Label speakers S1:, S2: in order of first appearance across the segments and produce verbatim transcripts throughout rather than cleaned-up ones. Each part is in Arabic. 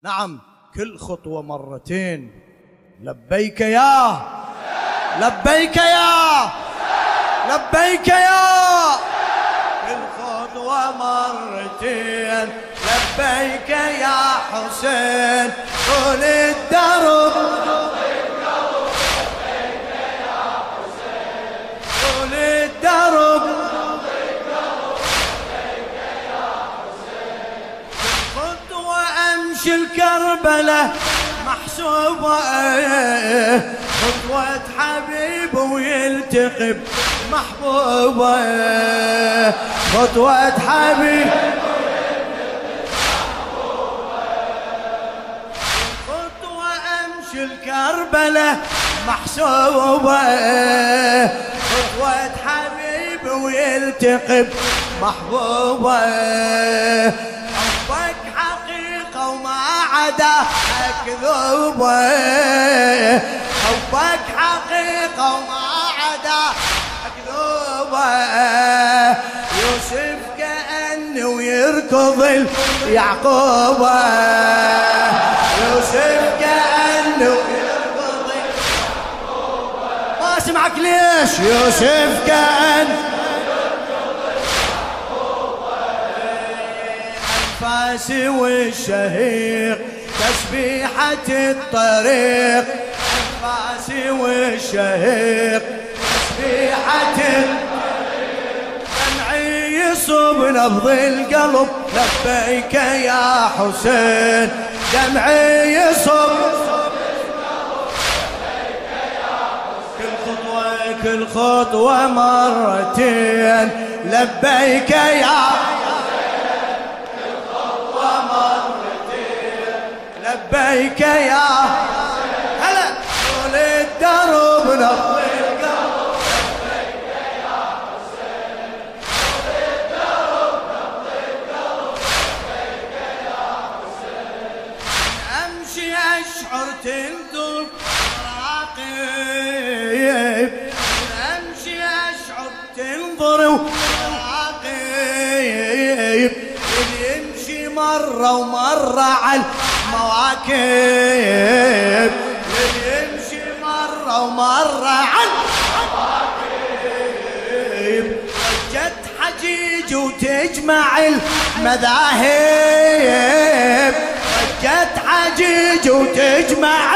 S1: نعم كل خطوة مرتين. لبيك يا لبيك يا لبيك يا كل خطوة مرتين. لبيك يا حسين طول الدرب لبيك يا حسين طول الدرب لبيك يا حسين. كل خطوة أمشي الكربلة محسوبة خطوة حبيب ويلتقي محبوبة خطوة حبيب خطوة أمشي الكربلة محسوبة خطوة حبيب ويلتقي محبوبة. حبك حقيقة وما عدا أكذوبة حبك حقيقة وما عدا أكذوبة. يوسف كأنه يركض يعقوبة يوسف كأنه يركض يعقوبة. ما اسمعك ليش يوسف كأنه أنفاسي والشهيق تسبيحة الطريق أنفاسي والشهيق تسبيحة الطريق. دمعي يصب نبض القلب لبيك يا حسين دمعي يصب لبيك يا حسين. كل خطوة كل خطوة مرتين لبيك يا لبيك يا هلا طول الدرب نبض القلب لبيك يا حسين طول الدرب نبض القلب لبيك يا حسين. امشي اشعر تندب راقب امشي اشعر تنظر وراقب يمشي مرة ومرة على مواكب يمشي مرة ومرة على المواكب. ضجت حجيج وتجمع المذاهب ضجت حجيج وتجمع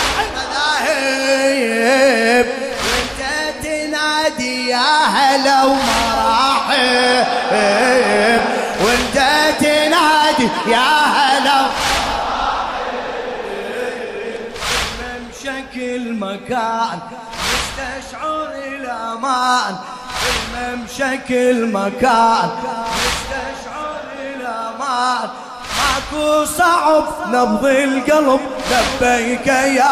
S1: المذاهب. وانت تنادي يا هلا ومراحب وانت تنادي يا هلا كل مكان مستشعر الأمان الممشى كل مكان مستشعر الأمان. ماكو صعب نبض القلب لبيك يا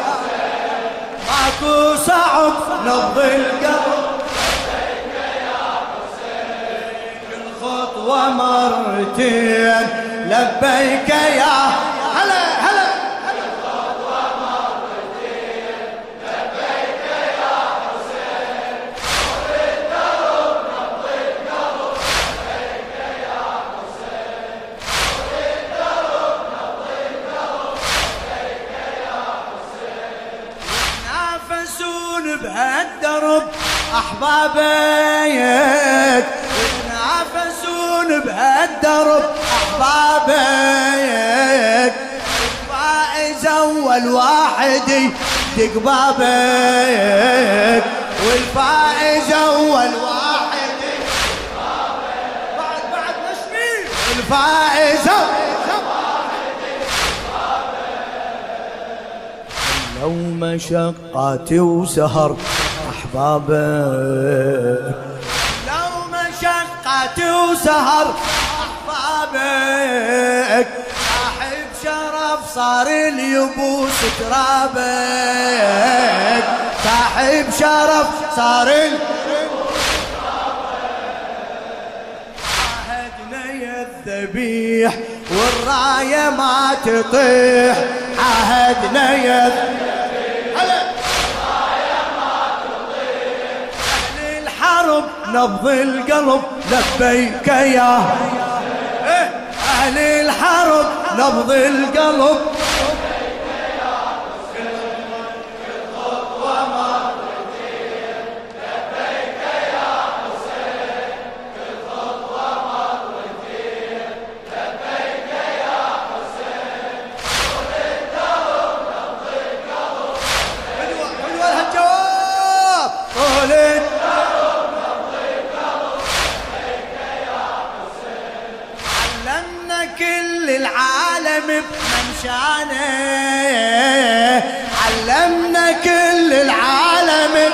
S1: ماكو صعب نبض القلب لبيك يا حسين. كل خطوة مرتين لبيك يا هلا هلا بهالدرب أحبابك يتنافسون بهالدرب أحبابك. الفائز أول واحد يدق بابك والفائز أول واحد يدق بابك. بعد بعد مشمي الفائز لو مشقاتي وسهر أحبابك لو مشقاتي وسهر أحبابك. صاحب شرف صار اليبوس ترابك صاحب شرف صار اليبوس ترابك. عهدنا يا الذبيح والراية ما تطيح عهدنا يا الذبيح نبض القلب لبيك يا أهل الحرب نبض القلب بمنشانه، علمنا كل العالم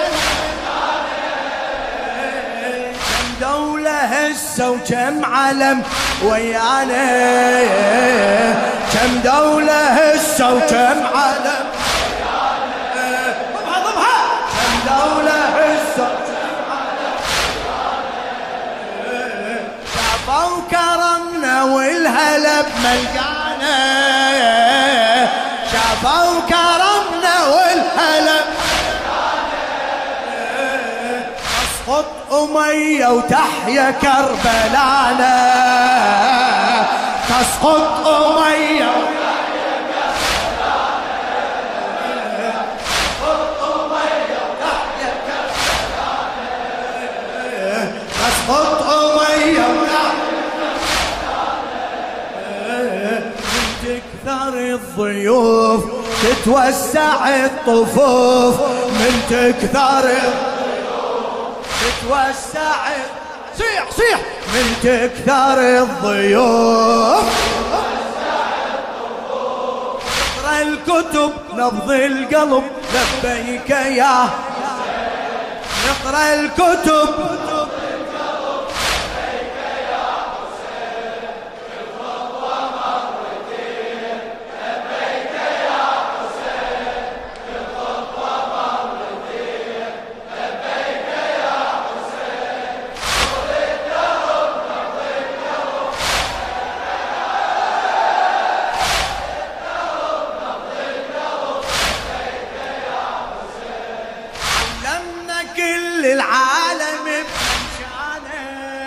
S1: كم دولة هسه وكم علم ويانا، كم دولة هسه وكم علم ضبها ضبها، كم دولة هسه وكم علم شافوا كرمنا والهلا بملقانا، شافوا كرمنا والهلا تسقط أمية وتحيا كربلانا، تسقط أمية وتحيا كربلانا، تسقط أمية وتحيا كربلانا، تسقط أمية وتحيا تكثر الضيوف تتوسع الطفوف، من تكثر الضيوف تتوسع، صيح صيح، من تكثر الضيوف تتوسع الطفوف، نقرا الكتب نبض القلب لبيك يا نقرا الكتب العالم بمنشانه،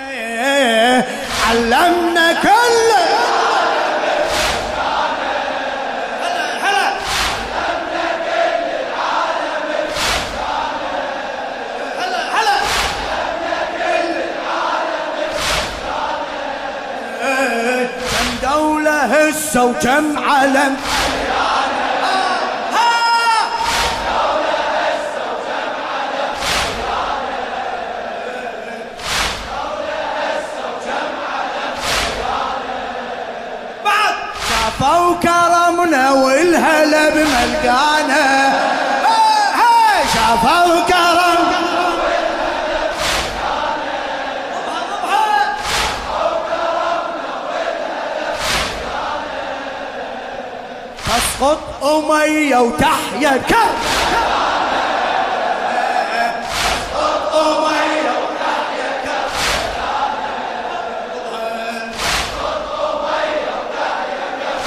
S1: علمنا كل العالم بمنشانه، هلا هلا علمنا كل العالم بمنشانه، هلا هلا علمنا كل العالم بمنشانه، كم دولة هسه وكم علم شافوا كرمنا والهلا بملقانا، شافوا كرمنا والهلا بملقانا، شافوا كرمنا والهلا بملقانا، تسقط أمية وتحيا كربلانا، تسقط أمية وتحيا كربلانا، تسقط أمية وتحيا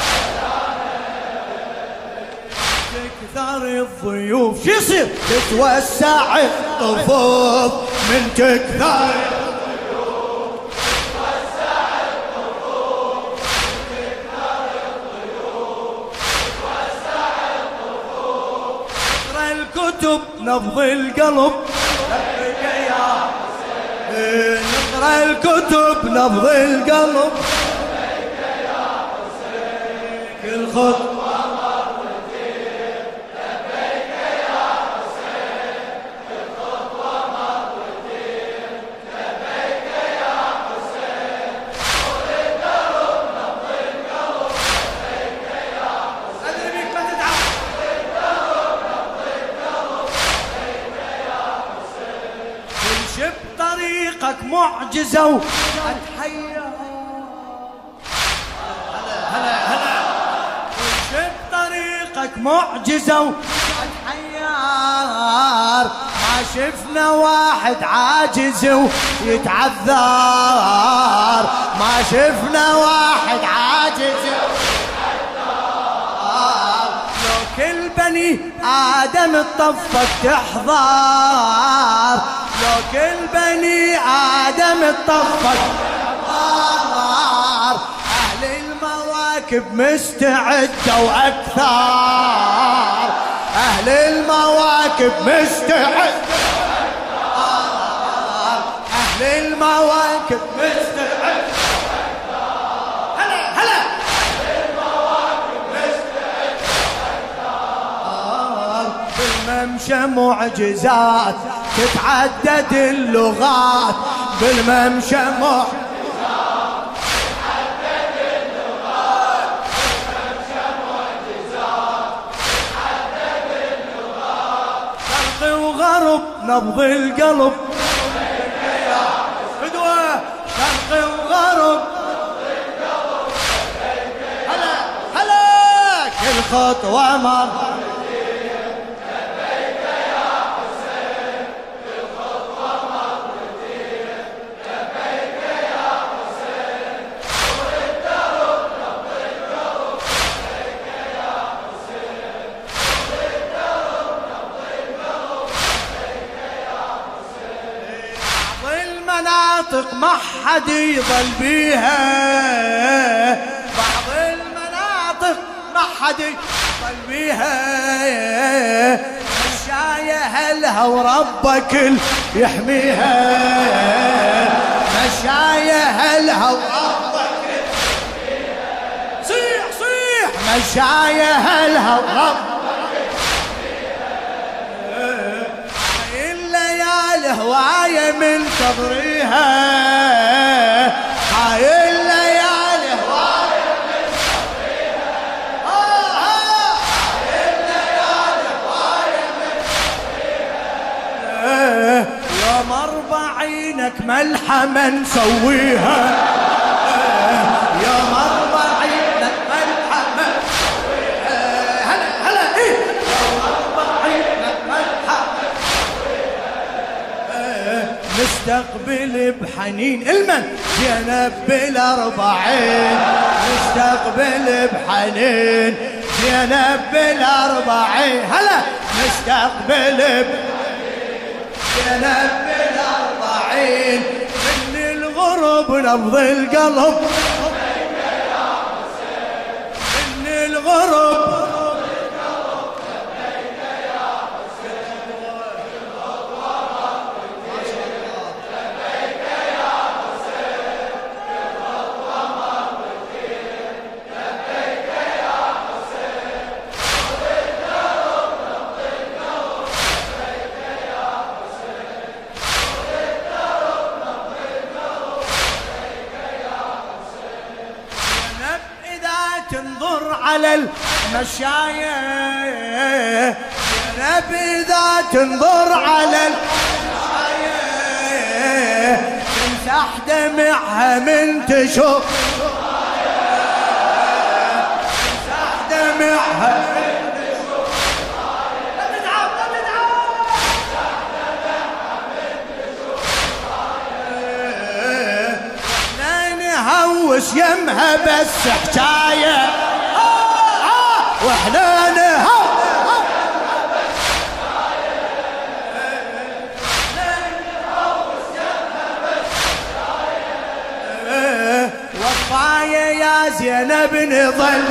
S1: تكثر الضيوف شو يصير تتوسع الطفوف، من تكثر الضيوف تتوسع الطفوف، من تكثر الضيوف تتوسع الطفوف، نقرا الكتب نبض القلب لبيك يا حسين، نقرا الكتب نبض القلب لبيك يا حسين، كل خطوة طريقك معجزة وأتحير، هلا هلا هلا شب طريقك معجزة وأتحير، ما شفنا واحد عاجز ويتعذر، ما شفنا واحد عاجز ويتعذر، لو كل بني آدم اتطفت تحضر، لو كل بني آدم اتطفت تحضر، أهل المواكب المواكب مستعدة وأكثر، أهل المواكب مستعدة، أهل المواكب مستعدة، هلا هلا أهل المواكب مستعدة. بالممشى معجزات تتعدد اللغات، بالممشى معجزات نبض القلب فدوة، شرق وغرب هلا هلا كل خطوة مر لبيك يا حسين، كل خطوة مرتين لبيك يا حسين، نور الدرب نبض القلب لبيك يا حسين، نور الدرب نبض القلب مناطق ما حد يضل بيها، بعض المناطق ما حد يضل بيها، مشاية هلها وربك يحميها، مشاية هلها وربك يحميها، صيح صيح مشاية هلها وربك هواية من تضريها، هاي الليالي هواية من تضريها، هاي الليالي هواية من تضريها، يوم أربعينك ملحمة نسويها، يوم أربعينك ملحمة نسويها، هلا هلا إيه يوم أربعينك ملحمة نستقبل بحنين المن زينب بالأربعين، نستقبل بحنين زينب بالأربعين، هلا نستقبل بحنين زينب بالأربعين، من الغرب نبض القلب من الغرب تنظر على المشاية، زينب إذا تنظر على المشاية تمسح دمعها من تشوف، تمسح دمعها من تشوف، لا تتعب لا تتعب، تمسح دمعها من تشوف، احنا نهوس يمها بس حكاية، واحنا نهوس وفاية يا زينب نظل،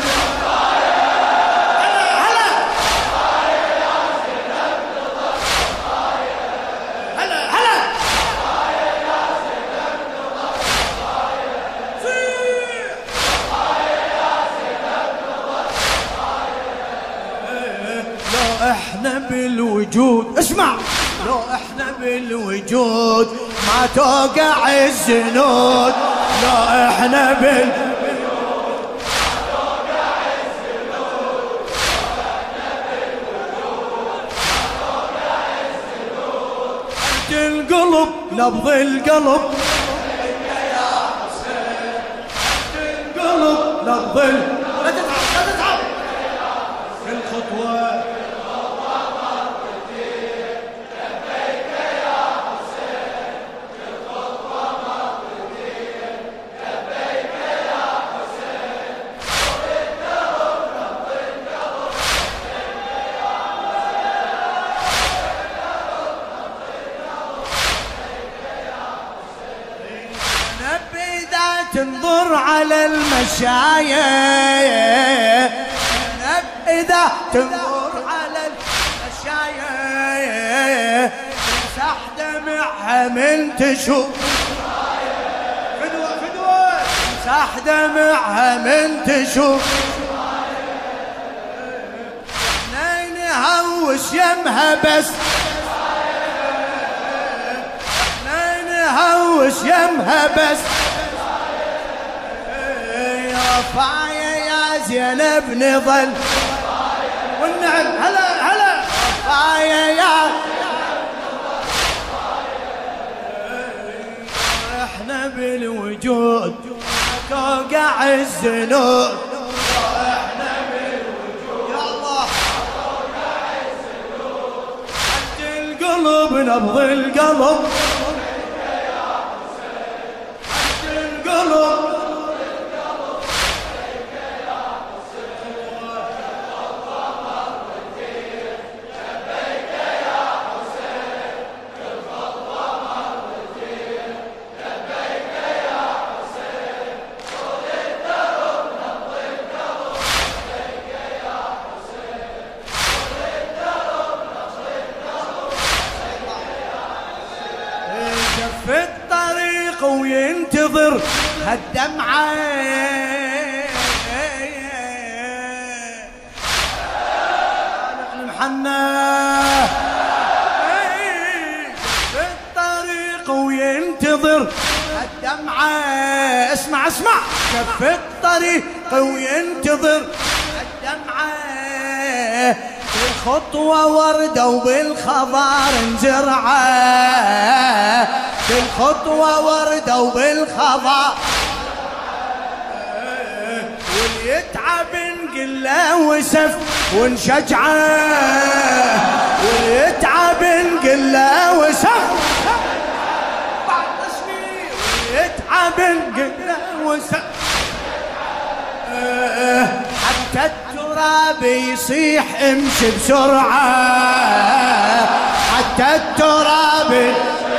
S1: هلا هلا وفاية يا زينب نظل، هلا هلا وفاية يا زينب نظل، وفاية يا زينب نظل، لو احنا بالوجود اسمع، لو احنا بالوجود ما توقع الزنود، لو احنا بالوجود ما توقع الزنود، لو احنا بالوجود ما توقع الزنود، قد القلب نبض القلب يا حسين، قد القلب نبض القلب، لا تتعب لا تتعب، كل خطوة تنظر على على المشاية، زينب إذا تمر على المشاية تمسح دمعها من تشوف، فدوة فدوة تمسح دمعها من تشوف، احنا نهوش يمها بس، احنا نهوش يمها بس، رفايا يا زينب نظل والنعم هلا هلا رفايا يا احنا بالوجود توقع الزنود، احنا بالوجود يا الله توقع الزنود، حد القلب نبض القلب، حد القلب في الطريق وينتظر هالدمعة، المحنة في الطريق وينتظر هالدمعة، اسمع اسمع كف الطريق وينتظر هالدمعة، بالخطوة وردة وبالخضار انزرعة، بالخطوة وردة وبالخضار، واليتعب نقله وسف ونشجعه، واليتعب نقله وسف بعد تصوير، واليتعب نقله وسف حتى التراب يصيح امشي بسرعة، حتى التراب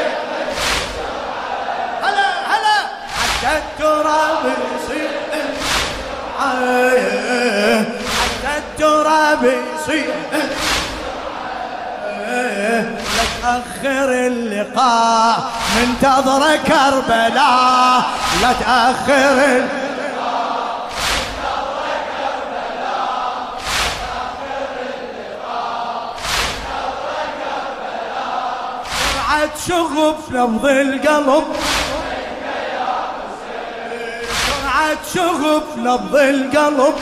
S1: هلا هلا حتى التراب يصيح امشي بسرعة، حتى التراب يصيح لا تأخر اللقاء منتظر كربلاء، لا تأخر اللقاء شغف نبض القلب، سرعة شغف نبض القلب،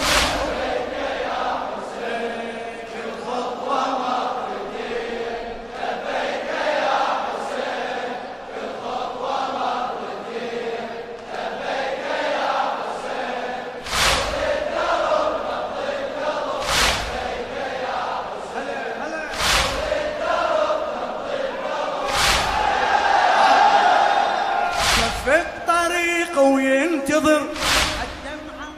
S1: الخطوة مرتين لبيك يا حسين، الخطوة مرتين لبيك يا حسين، نبض القلب نبض القلب لبيك يا حسين، نبض القلب نبض القلب في الطريق وينتظر الدمعة،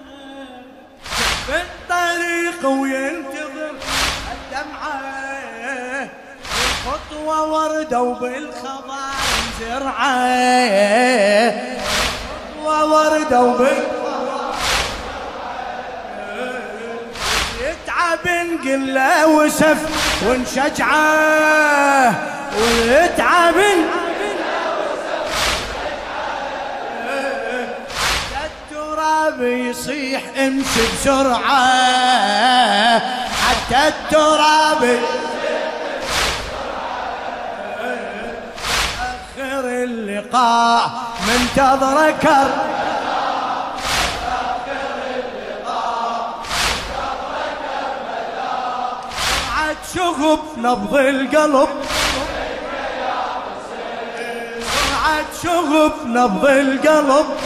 S1: في الطريق وينتظر الدمعة، بالخطوة وردة وبالخضار انزرعة، بالخطوة وردة وبالخضار يتعب نقله وسف ونشجعه، ويتعب يصيح امشي بسرعة، حتى التراب أخر اللقاء منتظر كر، سرعة شغف نبض القلب، سرعة شغف نبض القلب،